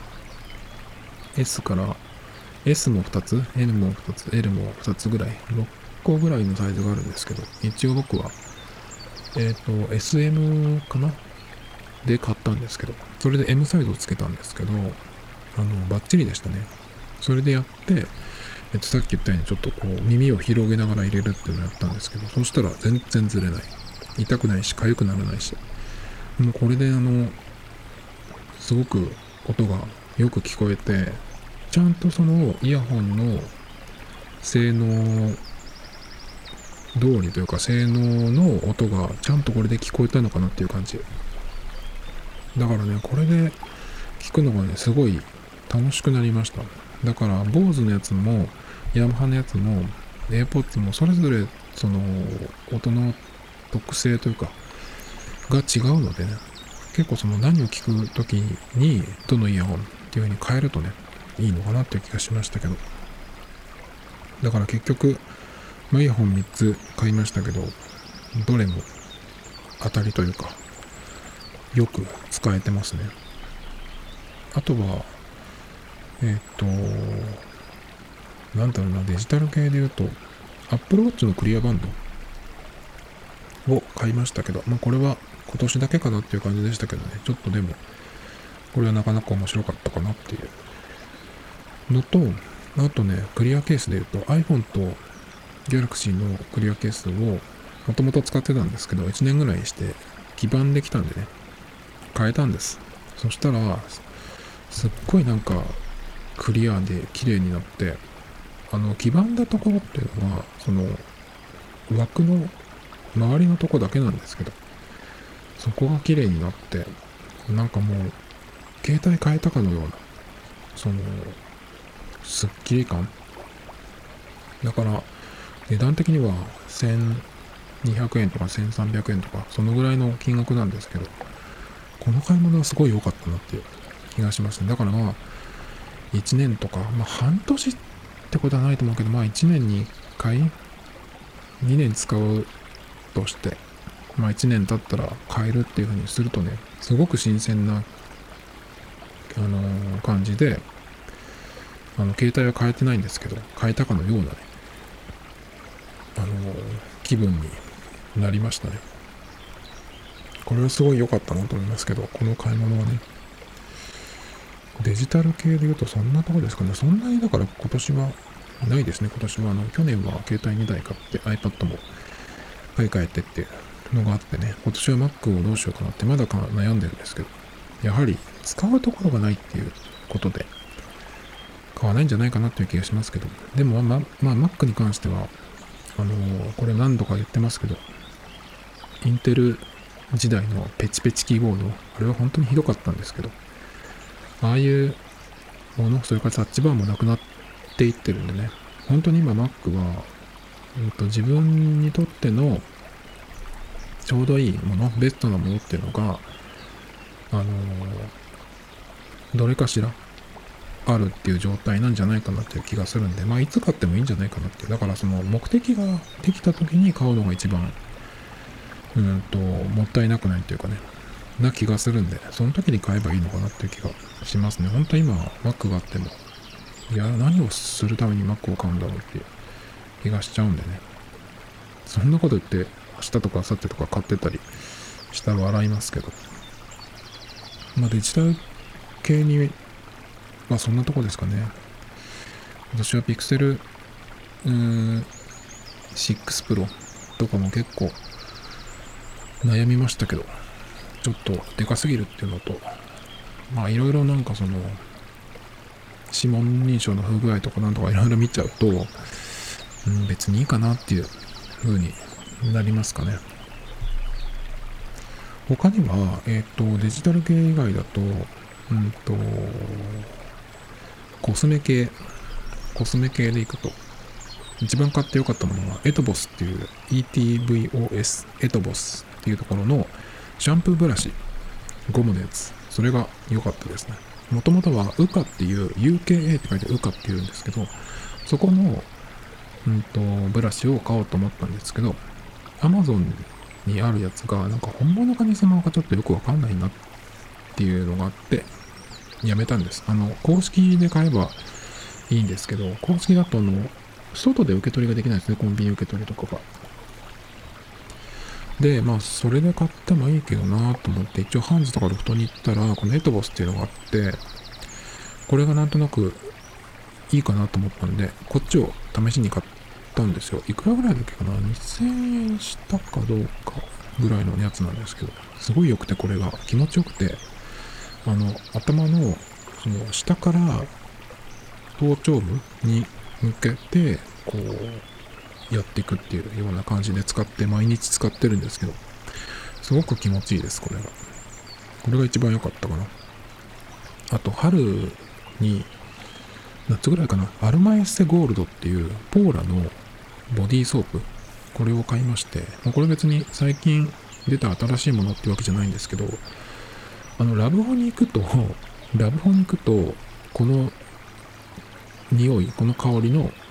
S から S も2つ、N も2つ、L も2つぐらい、6個ぐらいのサイズがあるんですけど、一応僕は、SM かなで買ったんですけど、それで M サイズをつけたんですけど、バッチリでしたね。それでやって、さっき言ったようにちょっと耳を広げながら入れるっていうのをやったんですけど、そしたら全然ずれない。痛くないし、痒くならないし。もうこれですごく音がよく聞こえて、ちゃんとイヤホンの性能通りというか、性能の音がちゃんとこれで聞こえたのかなっていう感じ。だからね、これで聞くのがね、すごい楽しくなりました。だから、坊主のやつも、ヤマハのやつも、AirPods も、それぞれ、音の特性というか、が違うのでね、結構何を聞くときに、どのイヤホンっていう風に変えるとね、いいのかなっていう気がしましたけど。だから結局、イヤホン3つ買いましたけど、どれも当たりというか、よく使えてますね。あとは、なんだろうな、デジタル系で言うと、Apple Watch のクリアバンドを買いましたけど、これは今年だけかなっていう感じでしたけどね、ちょっとでも、これはなかなか面白かったかなっていうのと、あとね、クリアケースで言うと iPhone と Galaxy のクリアケースをもともと使ってたんですけど、1年ぐらいして基盤できたんでね、変えたんです。そしたら、すっごいクリアで綺麗になって、黄ばんだところっていうのは、枠の周りのとこだけなんですけど、そこが綺麗になって、もう、携帯変えたかのような、すっきり感。だから、値段的には1200円とか1300円とか、そのぐらいの金額なんですけど、この買い物はすごい良かったなっていう気がしますね。だから1年とか、半年ってことはないと思うけど、1年に1回、2年使うとして、1年経ったら買えるっていう風にするとね、すごく新鮮な、感じで、携帯は変えてないんですけど、変えたかのようなね、気分になりましたね。これはすごい良かったなと思いますけど、この買い物はね、デジタル系で言うとそんなとこですかね。そんなにだから今年はないですね。今年は去年は携帯2台買って iPad も買い替えてっていうのがあってね、今年は Mac をどうしようかなってまだ悩んでるんですけど、やはり使うところがないっていうことで買わないんじゃないかなっていう気がしますけど、でもMac に関しては、これ何度か言ってますけど、インテル時代のペチペチキーボード、あれは本当にひどかったんですけど、ああいうもの、それからタッチバーもなくなっていってるんでね、本当に今 Mac は、自分にとってのちょうどいいもの、ベストなものっていうのが、どれかしらあるっていう状態なんじゃないかなっていう気がするんで、いつ買ってもいいんじゃないかなっていう。だからその目的ができた時に買うのが一番、もったいなくないというかね、な気がするんで、その時に買えばいいのかなっていう気がしますね。本当今、Mac があっても、いや、何をするために Mac を買うんだろうっていう気がしちゃうんでね。そんなこと言って、明日とか明後日とか買ってたりしたら笑いますけど。デジタル系に、そんなとこですかね。私は Pixel 6 Pro とかも結構悩みましたけど、ちょっとでかすぎるっていうのと、いろいろなんかその、指紋認証の不具合とかなんとかいろいろ見ちゃうと、別にいいかなっていう風になりますかね。他には、デジタル系以外だと、コスメ系でいくと、一番買ってよかったものは、エトボスっていう、ETVOS、エトボスっていうところのシャンプーブラシ、ゴムのやつ。それが良かったですね。もともとは UKA っていう、UKA って書いて UKA って言うんですけど、そこの、ブラシを買おうと思ったんですけど、Amazon にあるやつが、なんか本物か偽物かちょっとよくわかんないなっていうのがあって、やめたんです。公式で買えばいいんですけど、公式だと外で受け取りができないですね、コンビニ受け取りとかが。で、それで買ってもいいけどなと思って、一応ハンズとかロフトに行ったら、このエトボスっていうのがあって、これがなんとなくいいかなと思ったんで、こっちを試しに買ったんですよ。いくらぐらいだっけかな ?2000 円したかどうかぐらいのやつなんですけど、すごい良くて、これが気持ちよくて、頭の、その下から頭頂部に向けて、こう、やっていくっていうような感じで毎日使ってるんですけど、すごく気持ちいいです、これが。これが一番良かったかな。あと、春に、夏ぐらいかな、アルマエッセゴールドっていうポーラのボディーソープ、これを買いまして、これ別に最近出た新しいものってわけじゃないんですけど、ラブホに行くと、この匂い、この香りの、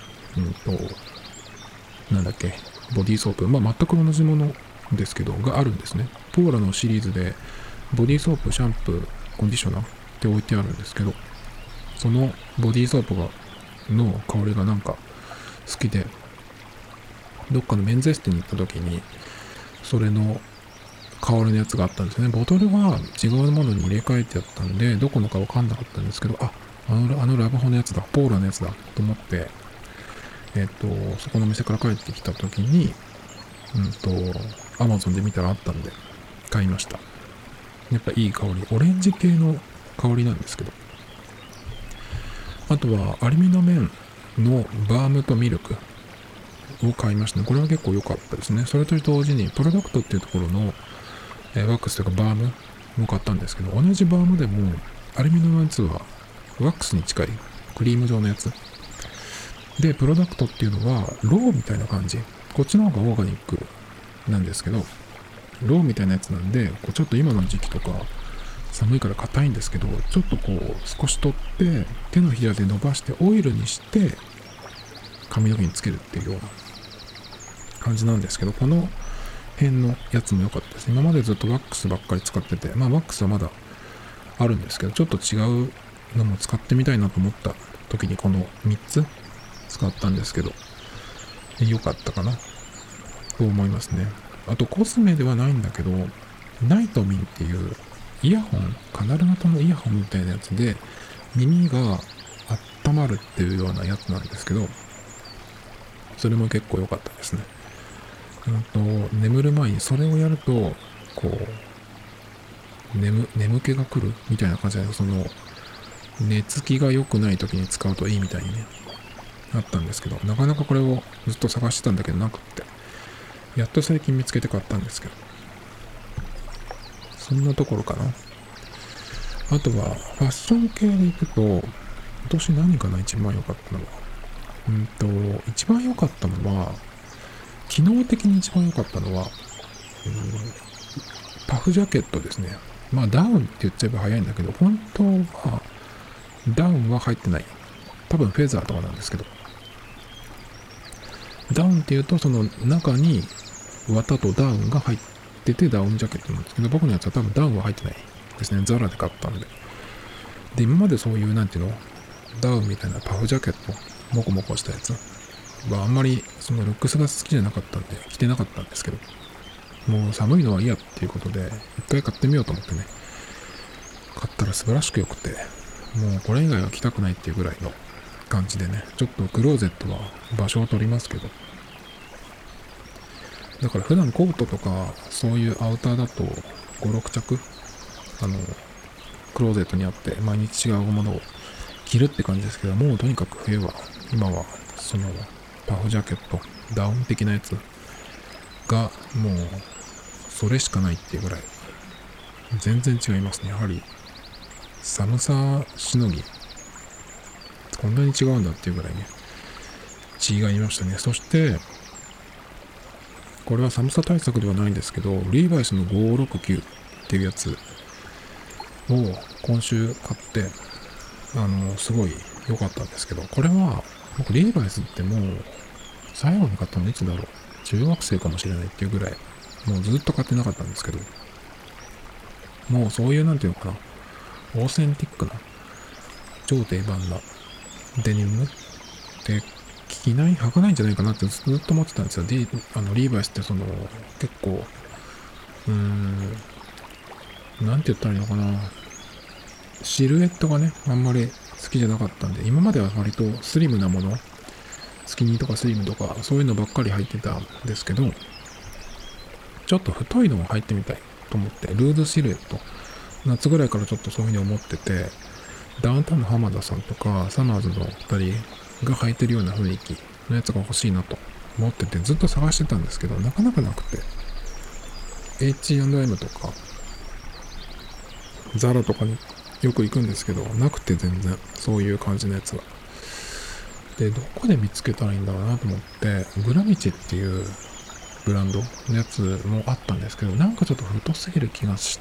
ボディーソープ、全く同じものですけど、があるんですね。ポーラのシリーズで、ボディーソープ、シャンプー、コンディショナーって置いてあるんですけど、そのボディーソープの香りがなんか好きで、どっかのメンズエステに行った時に、それの香りのやつがあったんですね。ボトルは違うものに入れ替えてあったんで、どこのかわかんなかったんですけど、あのラブホのやつだ、ポーラのやつだと思って、そこの店から帰ってきた時に、Amazon で見たらあったんで、買いました。やっぱいい香り。オレンジ系の香りなんですけど。あとは、アルミの面のバームとミルクを買いましたね。これは結構良かったですね。それと同時に、プロダクトっていうところの、ワックスというかバームも買ったんですけど、同じバームでも、アルミのやつは、ワックスに近い、クリーム状のやつ。で、プロダクトっていうのは、ローみたいな感じ。こっちの方がオーガニックなんですけど、ローみたいなやつなんで、ちょっと今の時期とか、寒いから硬いんですけど、ちょっと少し取って、手のひらで伸ばしてオイルにして、髪の毛につけるっていうような感じなんですけど、この辺のやつも良かったです。今までずっとワックスばっかり使ってて、ワックスはまだあるんですけど、ちょっと違うのも使ってみたいなと思った時にこの3つ使ったんですけど、良かったかなと思いますね。あとコスメではないんだけど、ナイトミンっていうイヤホン、カナル型のイヤホンみたいなやつで耳が温まるっていうようなやつなんですけど、それも結構良かったですね。眠る前にそれをやると、眠気が来るみたいな感じで、寝つきが良くない時に使うといいみたいにね、あったんですけど、なかなかこれをずっと探してたんだけどなくって、やっと最近見つけて買ったんですけど、そんなところかな。あとは、ファッション系でいくと、今年何かな一番良かったのは。一番良かったのは、機能的に一番良かったのは、パフジャケットですね。ダウンって言っちゃえば早いんだけど、本当はダウンは入ってない。多分フェザーとかなんですけど、ダウンっていうとその中に綿とダウンが入っててダウンジャケットなんですけど、僕のやつは多分ダウンは入ってないですね。ザラで買ったんで。で、今までそういうなんていうの、ダウンみたいなパフジャケット、モコモコしたやつはあんまりそのルックスが好きじゃなかったんで着てなかったんですけど、もう寒いのは嫌っていうことで一回買ってみようと思ってね、買ったら素晴らしく良くて、もうこれ以外は着たくないっていうぐらいの感じでね、ちょっとクローゼットは場所を取りますけど、だから普段コートとかそういうアウターだと5、6着クローゼットにあって毎日違うものを着るって感じですけど、もうとにかく冬は今はそのパフジャケット、ダウン的なやつがもうそれしかないっていうぐらい全然違いますね。やはり寒さしのぎこんなに違うんだっていうぐらいね違いましたね。そしてこれは寒さ対策ではないんですけど、リーバイスの569っていうやつを今週買ってすごい良かったんですけど、これは僕リーバイスってもう最後に買ったのいつだろう、中学生かもしれないっていうぐらいもうずっと買ってなかったんですけど、もうそういうなんていうのかな、オーセンティックな超定番なデニムって履かないんじゃないかなってずっと思ってたんですよ。で、リーバイスってその結構なんて言ったらいいのかな、シルエットがねあんまり好きじゃなかったんで、今までは割とスリムなもの、スキニーとかスリムとかそういうのばっかり入ってたんですけど、ちょっと太いのを入ってみたいと思って、ルーズシルエット、夏ぐらいからちょっとそういうふうに思ってて、ダウンタウンの浜田さんとかサマーズの2人が履いてるような雰囲気のやつが欲しいなと思っててずっと探してたんですけど、なかなかなくて、 H&M とかザラとかによく行くんですけど、なくて全然そういう感じのやつが。で、どこで見つけたらいいんだろうなと思って、グラミチっていうブランドのやつもあったんですけど、なんかちょっと太すぎる気がして、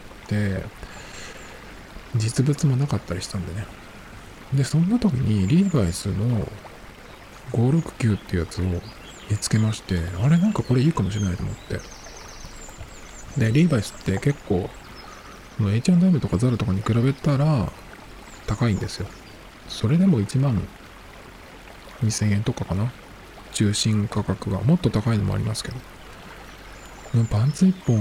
実物もなかったりしたんでね。で、そんな時にリーバイスの569っていうやつを見つけまして、あれなんかこれいいかもしれないと思って。で、リーバイスって結構、H&M とかザラとかに比べたら高いんですよ。それでも1万2000円とかかな。中心価格がもっと高いのもありますけど。パンツ1本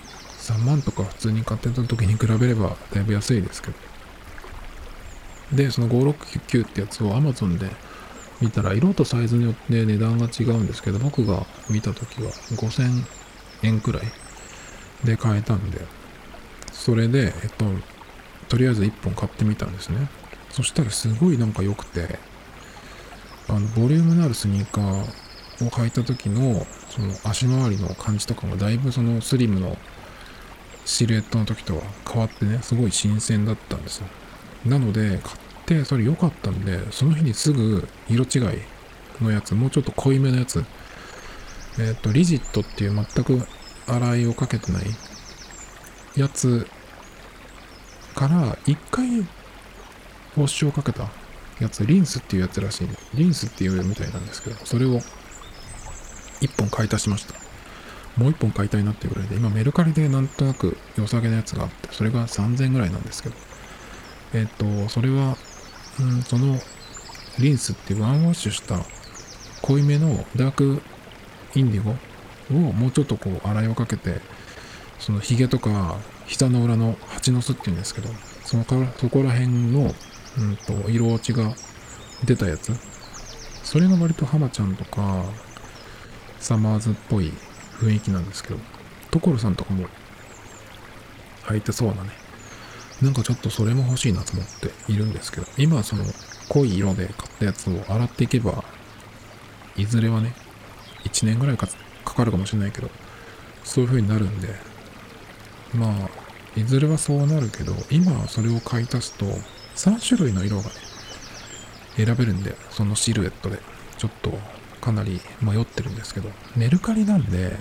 3万とか普通に買ってた時に比べればだいぶ安いですけど。で、その569ってやつを Amazon で見たら色とサイズによって値段が違うんですけど、僕が見た時は5000円くらいで買えたんで、それで、とりあえず1本買ってみたんですね。そしたらすごいなんか良くて、ボリュームのあるスニーカーを履いた時の、その足回りの感じとかもだいぶそのスリムのシルエットの時とは変わってね、すごい新鮮だったんですよ。なので、買ってそれ良かったんで、その日にすぐ色違いのやつ、もうちょっと濃いめのやつ、リジットっていう全く洗いをかけてないやつから一回ウォッシュをかけたやつ、リンスっていうやつらしいね。リンスっていうみたいなんですけど、それを一本買い足しました。もう一本買いたいなっていうぐらいで、今メルカリでなんとなく良さげなやつがあって、それが3000円ぐらいなんですけど、それは、そのリンスっていうワンウォッシュした濃いめのダークインディゴをもうちょっとこう洗いをかけて、そのヒゲとか膝の裏の蜂の巣っていうんですけど、そこら辺の、色落ちが出たやつ、それが割とハマちゃんとかサマーズっぽい雰囲気なんですけど、所さんとかも履いてそうなね、なんかちょっとそれも欲しいなと思っているんですけど、今はその濃い色で買ったやつを洗っていけば、いずれはね、1年ぐらいかかるかもしれないけど、そういう風になるんで、まあ、いずれはそうなるけど、今はそれを買い足すと、3種類の色がね、選べるんで、そのシルエットで、ちょっとかなり迷ってるんですけど、メルカリなんで、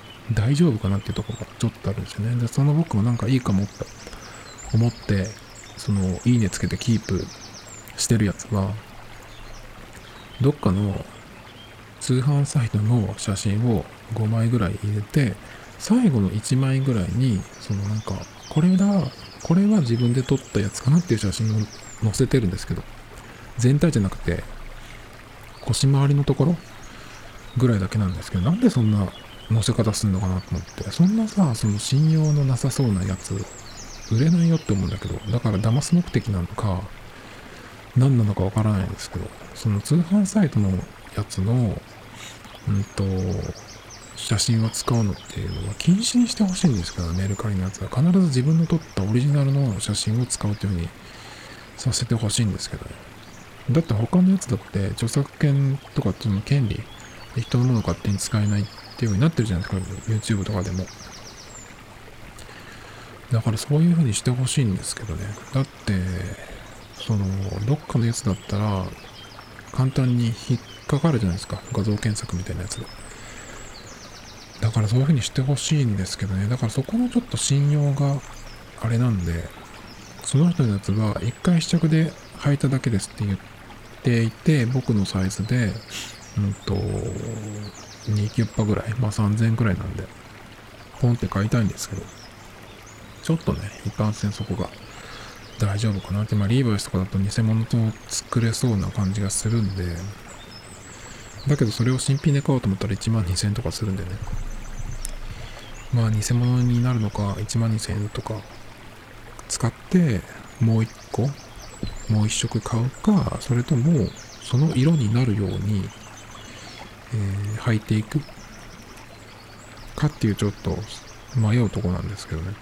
大丈夫かなっていうところがちょっとあるんですよね。で、その僕もなんかいいかもって思ってそのいいねつけてキープしてるやつは、どっかの通販サイトの写真を5枚ぐらい入れて、最後の1枚ぐらいにそのなんかこれは自分で撮ったやつかなっていう写真を載せてるんですけど、全体じゃなくて腰回りのところぐらいだけなんですけど、なんでそんな載せ方すんのかなと思って、そんなさ、その信用のなさそうなやつ売れないよって思うんだけど、だから騙す目的なのか何なのかわからないんですけど、その通販サイトのやつの写真を使うのっていうのは禁止にしてほしいんですけど、メルカリのやつは必ず自分の撮ったオリジナルの写真を使うというふうにさせてほしいんですけどね。だって他のやつだって著作権とかその権利で人のものを勝手に使えないっていう風になってるじゃないですか、 YouTube とかでも。だからそういう風にしてほしいんですけどね。だってそのどっかのやつだったら簡単に引っかかるじゃないですか、画像検索みたいなやつで。だからそういう風にしてほしいんですけどね。だからそこのちょっと信用があれなんで、その人のやつは一回試着で履いただけですって言っていて、僕のサイズで2キュッパぐらい、3000円くらいなんでポンって買いたいんですけど、ちょっとねいかんせんそこが大丈夫かなって。リーバイスとかだと偽物と作れそうな感じがするんで、だけどそれを新品で買おうと思ったら1万2000円とかするんでね、偽物になるのか1万2000円とか使ってもう一色買うか、それともその色になるように、履いていくかっていうちょっと迷うとこなんですけどね。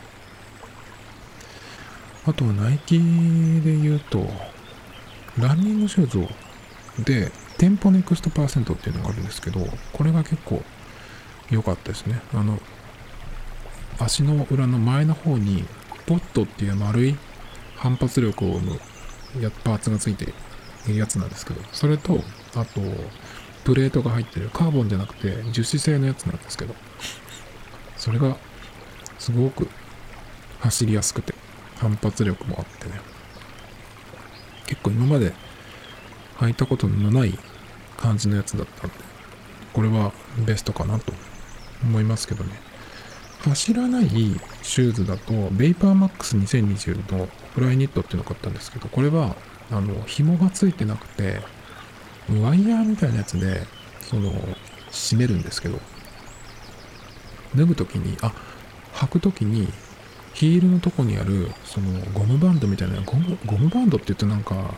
あとはナイキで言うとランニングシューズでテンポネクストパーセントっていうのがあるんですけど、これが結構良かったですね。足の裏の前の方にポットっていう丸い反発力を生むパーツがついているやつなんですけど、それとあとプレートが入ってるカーボンじゃなくて樹脂製のやつなんですけど、それがすごく走りやすくて反発力もあってね、結構今まで履いたことのない感じのやつだったんで、これはベストかなと思いますけどね。走らないシューズだとベイパーマックス2020のフライニットっていうのを買ったんですけど、これは紐がついてなくてワイヤーみたいなやつで締めるんですけど、脱ぐときに履くときにヒールのとこにあるそのゴムバンドみたいな、ゴムバンドって言うとなんか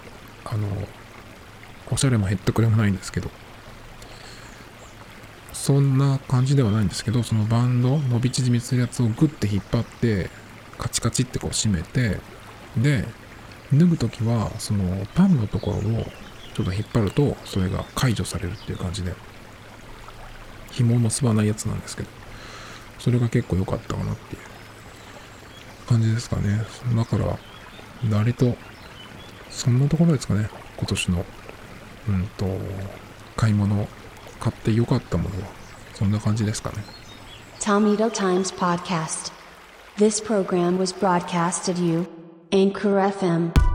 おしゃれもへったくれもないんですけど、そんな感じではないんですけど、そのバンド伸び縮みするやつをグッて引っ張ってカチカチってこう締めて、で脱ぐときはそのパンのところをちょっと引っ張るとそれが解除されるっていう感じで、紐を結ばないやつなんですけど、それが結構良かったかなっていう感じですかね。だから割とそんなところですかね、今年の買い物、買って良かったものはそんな感じですかね。 Tomito Times Podcast. This program was broadcasted you Anchor FM